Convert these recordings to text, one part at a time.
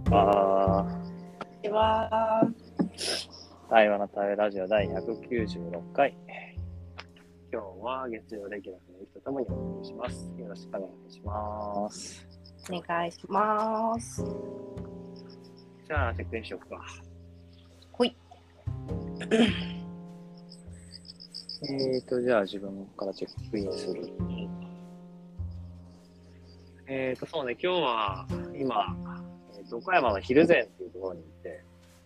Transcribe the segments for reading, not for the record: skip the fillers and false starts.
あでは、 台湾の食べラジオ第196回。今日は月曜レギュラーの人ともにお送りします。よろしくお願いします。 お願いします。 じゃあ、チェックインしようか。 ほい。 じゃあ自分からチェックインする。そうね、今日は今、岡山の蒜山っていうところに行って、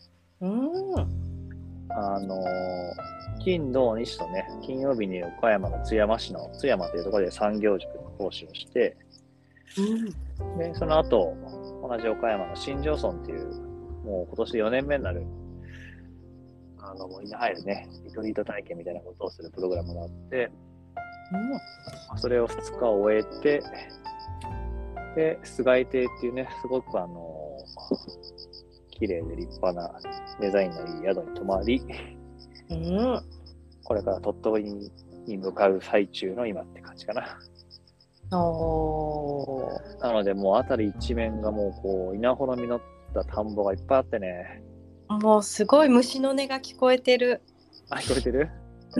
金土日とね、金曜日に岡山の津山市の津山というところで産業塾の講師をして、でその後、同じ岡山の新庄村っていう、もう今年4年目になる、森に入るね、リトリート体験みたいなことをするプログラムがあって、それを2日終えて、で、菅井邸っていうね、すごく綺麗で立派なデザインのいい宿に泊まり、これから鳥取に向かう最中の今って感じかな。なのでもう辺り一面がもうこう稲穂の実った田んぼがいっぱいあってね。 もうすごい虫の音が聞こえてる。 あ、聞こえてる？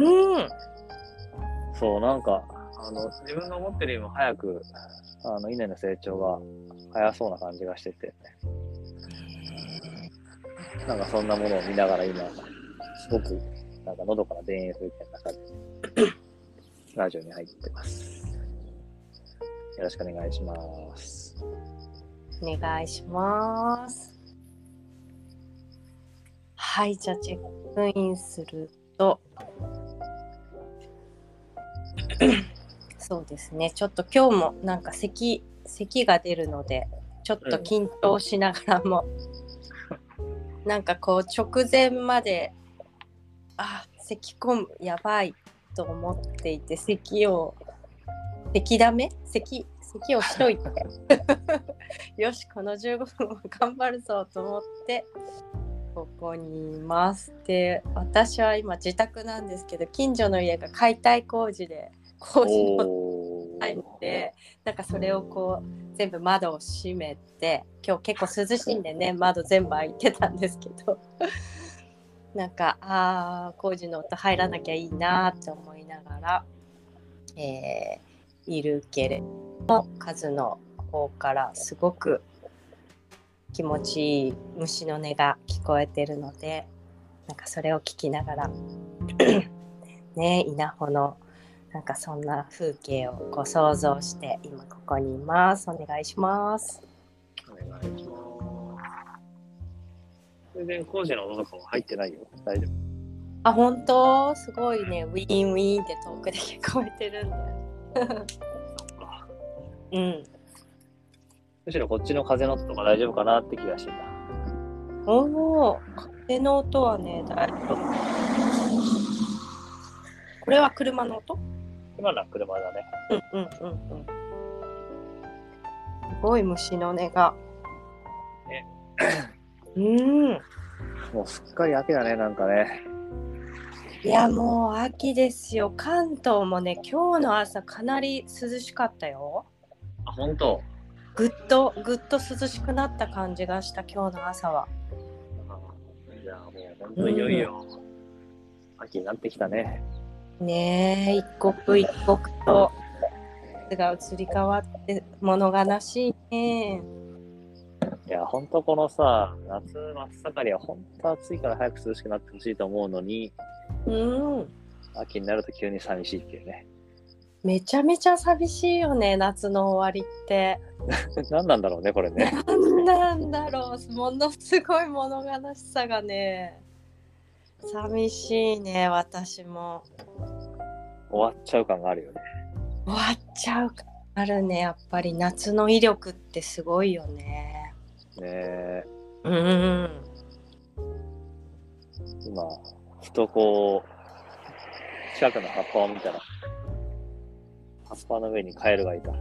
そう、なんか自分が思ってるよりも早く稲の成長が早そうな感じがしてて、なんかそんなものを見ながら今すごくなんかのどかな田園風景の中でラジオに入ってます。よろしくお願いします。 お願いします。はい、じゃあチェックインするとそうですね、ちょっと今日もなんか咳が出るのでちょっと緊張しながらも、なんかこう直前まで咳込むやばいと思っていて咳をしといてよしこの15分を頑張るぞと思ってここにいます。で、私は今自宅なんですけど、近所の家が解体工事の入ってなんかそれをこう全部窓を閉めて、今日結構涼しいんでね窓全部開いてたんですけどなんか工事の音入らなきゃいいなって思いながら、いるけれども、数の方からすごく気持ちいい虫の音が聞こえてるので、なんかそれを聞きながらね、稲穂のなんかそんな風景をこう想像して今ここにいます。お願いします。 お願いします。全然工事の音とかも入ってないよ。大丈夫？ 本当？すごいね、ウィーンウィーンって遠くで聞こえてるんだよ。そっか。 むしろこっちの風の音とか大丈夫かなって気がしてた。 風の音はね、大丈夫。これは車の音？ 今のは車だね。 すごい虫の音が。 もうすっかり秋だね、なんかね。 いやもう秋ですよ。関東もね、今日の朝かなり涼しかったよ。 本当？ ぐっと涼しくなった感じがした今日の朝は。 じゃあもう本当にいよいよ秋になってきたね。 ねえ、一刻一刻とが移り変わって物悲しいね。 いや本当このさ、夏真っ盛りは本当暑いから早く涼しくなってほしいと思うのに、秋になると急に寂しいっていうね。 めちゃめちゃ寂しいよね、夏の終わりって。 何なんだろうねこれね。 何なんだろう、ものすごい物悲しさがね、寂しいね。私も終わっちゃう感があるよね。 終わっちゃう感あるね。やっぱり夏の威力ってすごいよね。 今ふとこう近くの葉っぱを見たら、葉っぱの上にカエルがいた。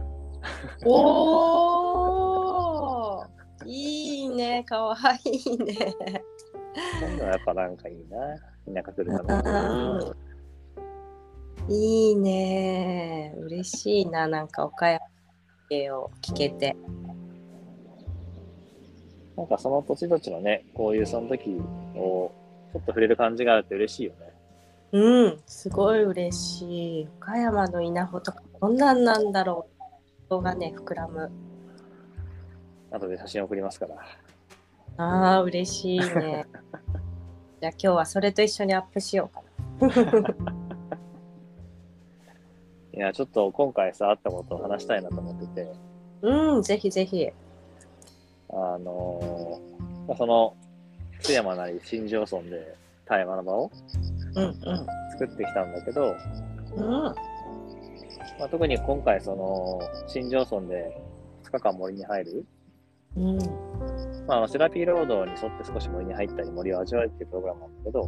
おーいいね、かわいいね。 そういうのはやっぱなんかいいな、田舎来るために。 いいね、嬉しいな、なんか岡山を聞けて。 なんかその土地土地のね、こういうその時をちょっと触れる感じがあると嬉しいよね。 うん、すごい嬉しい。岡山の稲穂とかこんなんなんだろう。人がね、膨らむ。 後で写真送りますから。 ああ、嬉しいね。じゃあ今日はそれと一緒にアップしようかな。 いや、ちょっと今回さ、あったことを話したいなと思ってて。 うん、ぜひぜひ。 その津山なり新庄村で対話の場をうんうん作ってきたんだけど、 うんまあ、特に今回その新庄村で2日間森に入る、 うんまあ、セラピーロードに沿って少し森に入ったり森を味わうっていうプログラムなんだけど、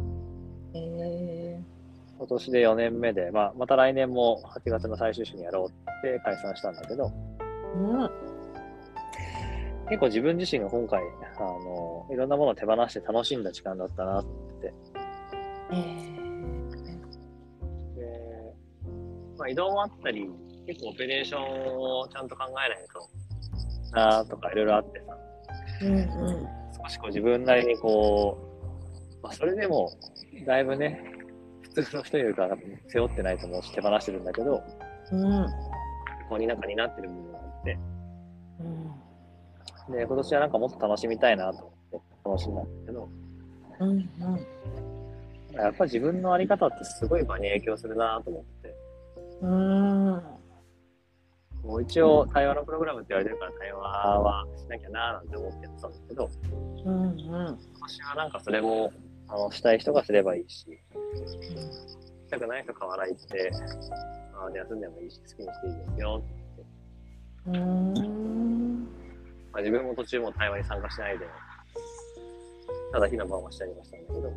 今年で4年目で、まあ、また来年も8月の最終週にやろうって解散したんだけど、 うん結構自分自身が今回いろんなものを手放して楽しんだ時間だったなって。で、まあ、移動もあったり、結構オペレーションをちゃんと考えないとなとかいろいろあってさ、少しこう自分なりにこう、まあ、それでもだいぶね、普通の人よりか背負ってないと思うし手放してるんだけど、ここになんか担ってる部分があって、で、今年はなんかもっと楽しみたいなと思って楽しんだんだけど、やっぱ自分のあり方ってすごい場に影響するなと思って、もう一応対話のプログラムって言われてるから対話はしなきゃななんて思ってたんですけど、今年はなんかそれもしたい人がすればいいし、したくない人変わらないって休んでもいいし好きにしていいですよって。まあ、自分も途中も対話に参加しないで、ただ火の番はしたりましたんだけど、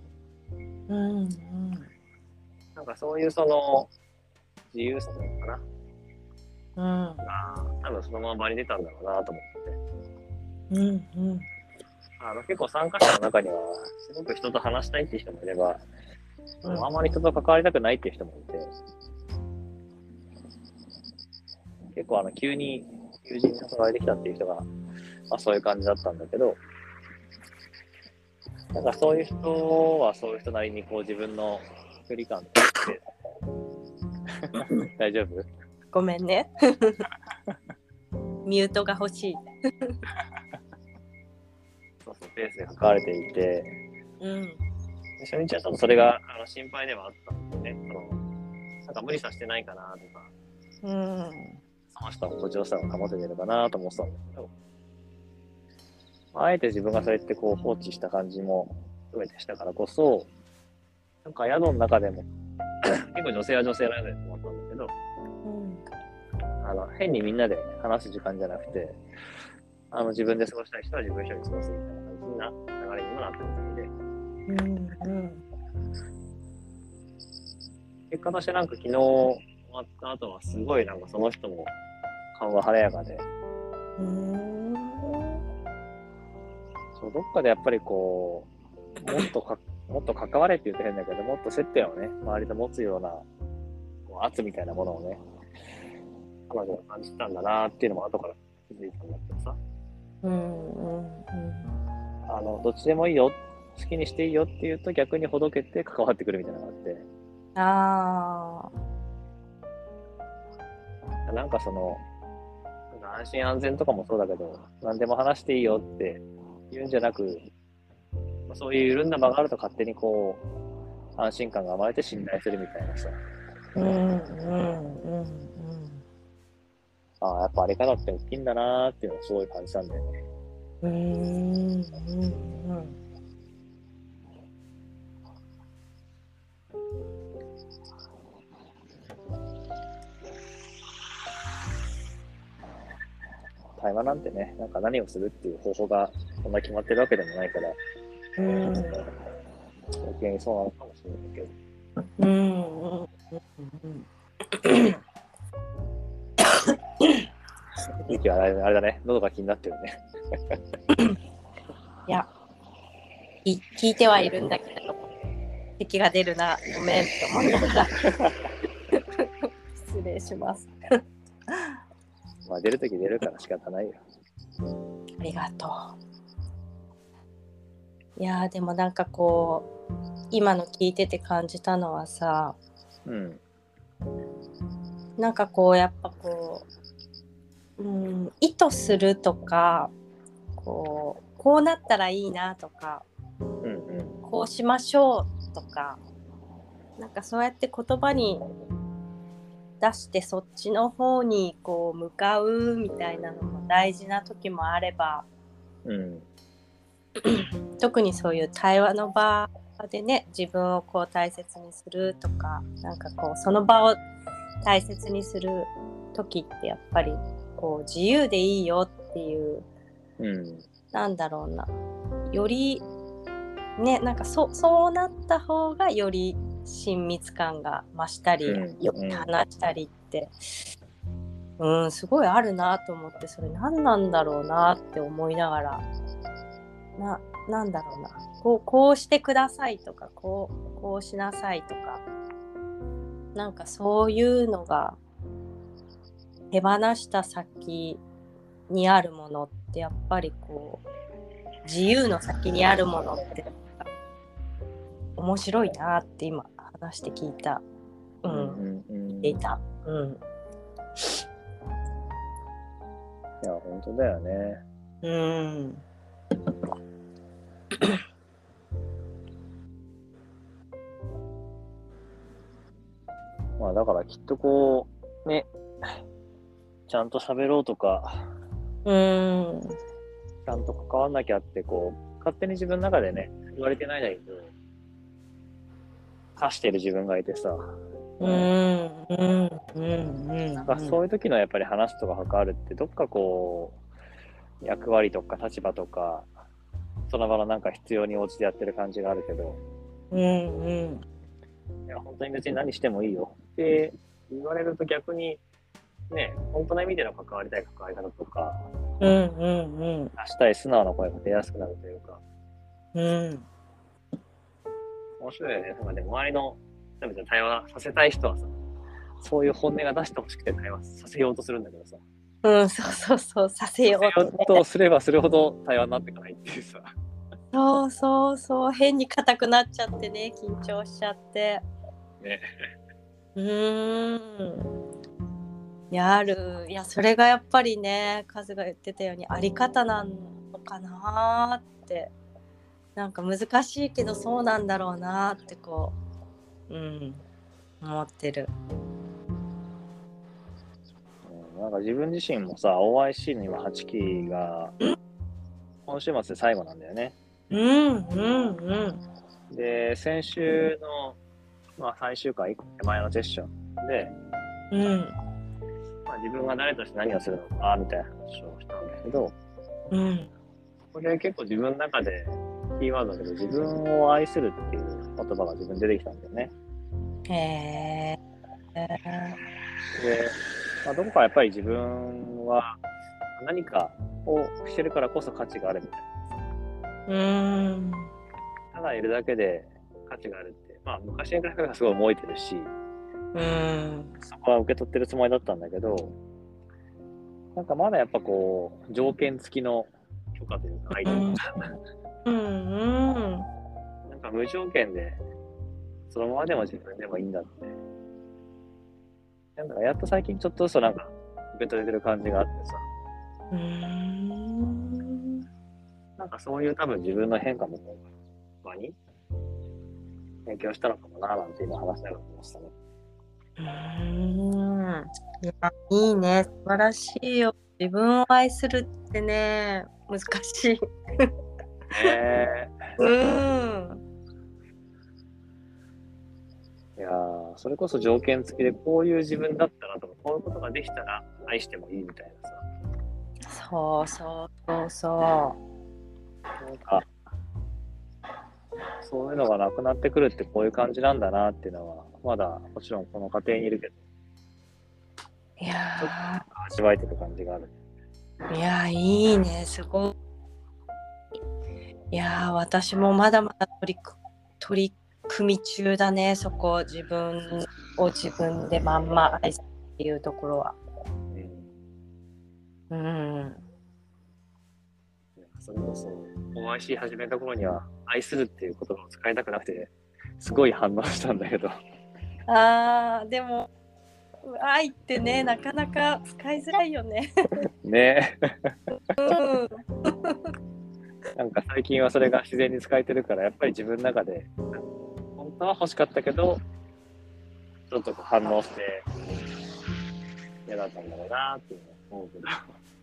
なんかそういうその自由さなのかな、多分そのまま場に出たんだろうなと思ってて、結構参加者の中にはすごく人と話したいっていう人もいれば、あまり人と関わりたくないっていう人もいて、結構急に友人に誘われてきたっていう人が、まあ、そういう感じだったんだけど、なんかそういう人はそういう人なりにこう自分の距離感って大丈夫？ ごめんね。ミュートが欲しい。 そうそう、ペースで関われていて、初日はちょっとそれが心配ではあったんですよね。なんか無理させてないかなとか、その人の心地よさを保ててるかなと思ってたんだけど、あえて自分がそうやってこう放置した感じも含めてしたからこそ、なんか宿の中でも結構女性は女性の宿で泊まったんだけど、変にみんなで話す時間じゃなくて、自分で過ごしたい人は自分一緒に過ごすみたいな感じな流れにもなってるみたいで、結果としてなんか昨日終わった後はすごいなんかその人も顔が晴れやかで、そうどっかでやっぱりこうもっと関われって言うと変だけど、もっと接点をね周りと持つようなこう圧みたいなものをね彼女が感じてたんだなっていうのも後から気づいて思ってさ、どっちでもいいよ、好きにしていいよって言うと逆にほどけて関わってくるみたいなのがあって、なんかその安心安全とかもそうだけど、何でも話していいよって言うんじゃなく、そういう緩んだ場があると勝手にこう安心感が生まれて信頼するみたいなさ、やっぱあり方って大きいんだなーっていうのをすごい感じたんだよね。対話なんてね、なんか何をするっていう方法がそんな決まってるわけでもないから、余計にそうなのかもしれないけど。息はあれだね、喉が気になってるね。 いや、聞いてはいるんだけど、咳が出るな、ごめんと思いながら。失礼します。 まあ出るとき出るから仕方ないよ。 ありがといやでもなんかこう今の聞いてて感じたのはさ、なんかこうやっぱこう、意図するとかこうなったらいいなとか、こうしましょうとか、なんかそうやって言葉に出してそっちの方にこう向かうみたいなのも大事な時もあれば、特にそういう対話の場でね、自分をこう大切にするとか、なんかこうその場を大切にする時ってやっぱりこう自由でいいよっていう、なんだろうな、よりね、なんかそうなった方がより親密感が増したり、よく話したりって、すごいあるなと思って、それ何なんだろうなって思いながら、なんだろうな、こうしてくださいとか、こうしなさいとか、なんかそういうのが手放した先にあるものってやっぱりこう自由の先にあるものって面白いなって今話して聞いた、聞いていた。 いや本当だよね。まあだからきっとこうね、ちゃんと喋ろうとか、ちゃんと関わんなきゃってこう勝手に自分の中でね言われてないんだけど、課してる自分がいてさ、なんかそういう時のやっぱり話すとか関わるってどっかこう役割とか立場とかその場のなんか必要に応じてやってる感じがあるけど、いや本当に別に何してもいいよって言われると逆にね、本当の意味での関わりたい関わり方とか、出したい素直な声が出やすくなるというか、面白いよね。なんかね、周りの対話させたい人はさ、そういう本音が出してほしくて対話させようとするんだけどさ、 そうさせようとすればするほど対話になっていかないっていうさ。 そう変に硬くなっちゃってね、緊張しちゃってね。 いやそれがやっぱりね、カズが言ってたようにあり方なのかなって、なんか難しいけどそうなんだろうなってこう思ってる。 なんか自分自身もさ OIC の今8期が今週末で最後なんだよね。で先週の、最終回1個手前のセッションで、自分が誰として何をするのかみたいな話をしたんだけど、これ結構自分の中でキーワードだけど、自分を愛するっていう言葉が自分に出てきたんだよね。で、どこかやっぱり自分は何かをしてるからこそ価値があるみたいな。ただいるだけで価値があるって、昔に比べたらすごい思えてるし、そこは受け取ってるつもりだったんだけど、なんかまだやっぱこう条件付きの許可というか愛というか、なんか無条件でそのままでも自分でもいいんだって、なんかやっと最近ちょっとずつなんか受け取れてる感じがあってさ、なんかそういう多分自分の変化の場に影響したのかもななんて今話しながら思いましたね。 いやいいね、素晴らしいよ。自分を愛するってね、難しい。 いやそれこそ条件付きでこういう自分だったらとか、こういうことができたら愛してもいいみたいなさ。なんかそういうのがなくなってくるってこういう感じなんだなっていうのは、まだもちろんこの家庭にいるけど、 いやちょっと味わえてる感じがある。 いやいいね、すごい。いや私もまだまだ取り組み中だね、そこ。自分を自分でまんま愛するっていうところは。 それこそ、OIC 始めた頃には、愛するっていう言葉を使いたくなくて、すごい反応したんだけど。 でも、愛ってね、なかなか使いづらいよね。 ねなんか最近はそれが自然に使えてるから、やっぱり自分の中で、本当は欲しかったけど、ちょっと反応して嫌だったんだろうなっていうのを思うけど。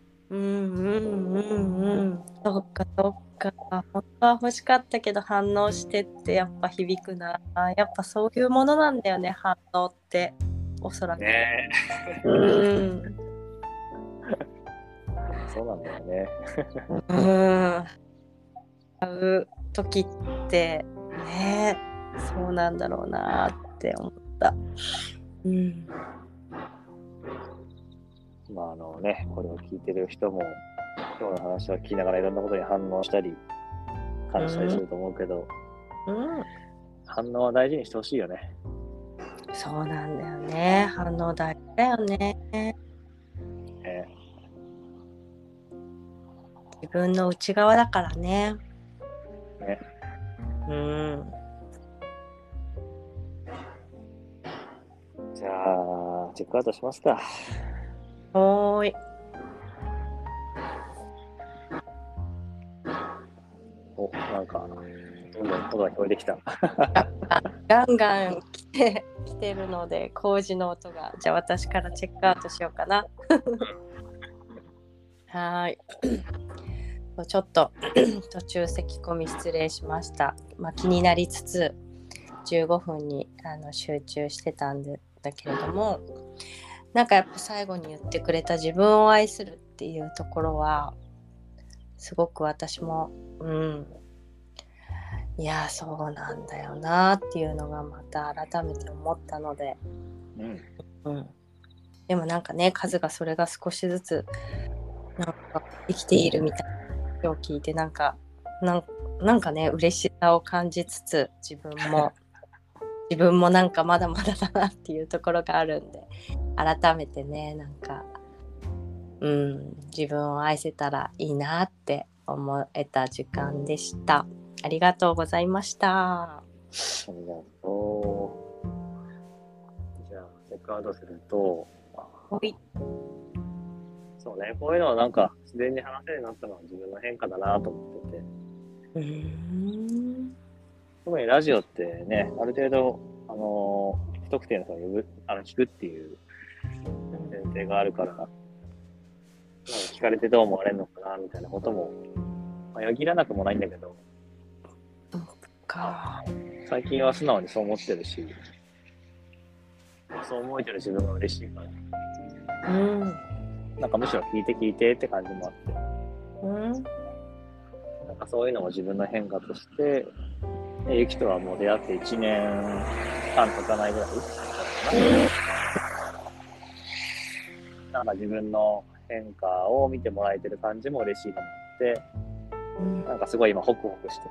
そっかそっか。本当は欲しかったけど反応してってやっぱ響くな。やっぱそういうものなんだよね、反応って。おそらく。 ねそうなんだよね。 会う時ってね、そうなんだろうなって思った。 まあこれを聞いてる人も今日の話を聞きながらいろんなことに反応したり感じたりすると思うけど、反応は大事にしてほしいよね。 そうなんだよね。反応大事だよね。自分の内側だからね。 じゃあチェックアウトしますか。 おーい。 なんかどんどん音が聞こえてきた。 ガンガン来てるので工事の音が。じゃあ私からチェックアウトしようかな。はい。ちょっと途中咳込み失礼しました。気になりつつ15分に集中してたんだけれども、なんかやっぱ最後に言ってくれた自分を愛するっていうところはすごく私もいやそうなんだよなっていうのがまた改めて思ったので、でもなんかね、数がそれが少しずつなんか生きているみたいな話を聞いてなんかね嬉しさを感じつつ自分もなんかまだまだだなっていうところがあるんで、改めてねなんか自分を愛せたらいいなって思えた時間でした。ありがとうございました。 ありがとう。じゃあチェックアウトすると、そうね、こういうのはなんか自然に話せるようになったのは自分の変化だなと思ってて。特にラジオってね、ある程度不特定の人を聞くっていう前提があるから、聞かれてどう思われるのかなみたいなことも、よぎらなくもないんだけど、最近は素直にそう思ってるし、そう思えてる自分が嬉しいから、なんかむしろ聞いてって感じもあって、なんかそういうのも自分の変化として、ゆきとはもう出会って1年半経たないぐらいだったかな。なんか自分の変化を見てもらえてる感じも嬉しいと思って、なんかすごい今ホクホクして、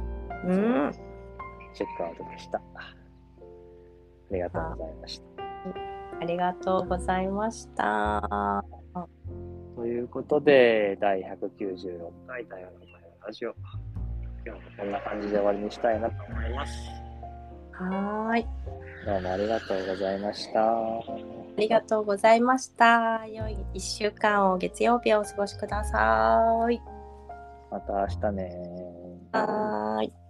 チェックアウトでした。ありがとうございました。 ありがとうございました。 ということで、第196回太陽の声ラジオ。今日もこんな感じで終わりにしたいなと思います。 はい。 どうもありがとうございました。 ありがとうございました。良い1週間を月曜日をお過ごしください。 また明日ね。 はい。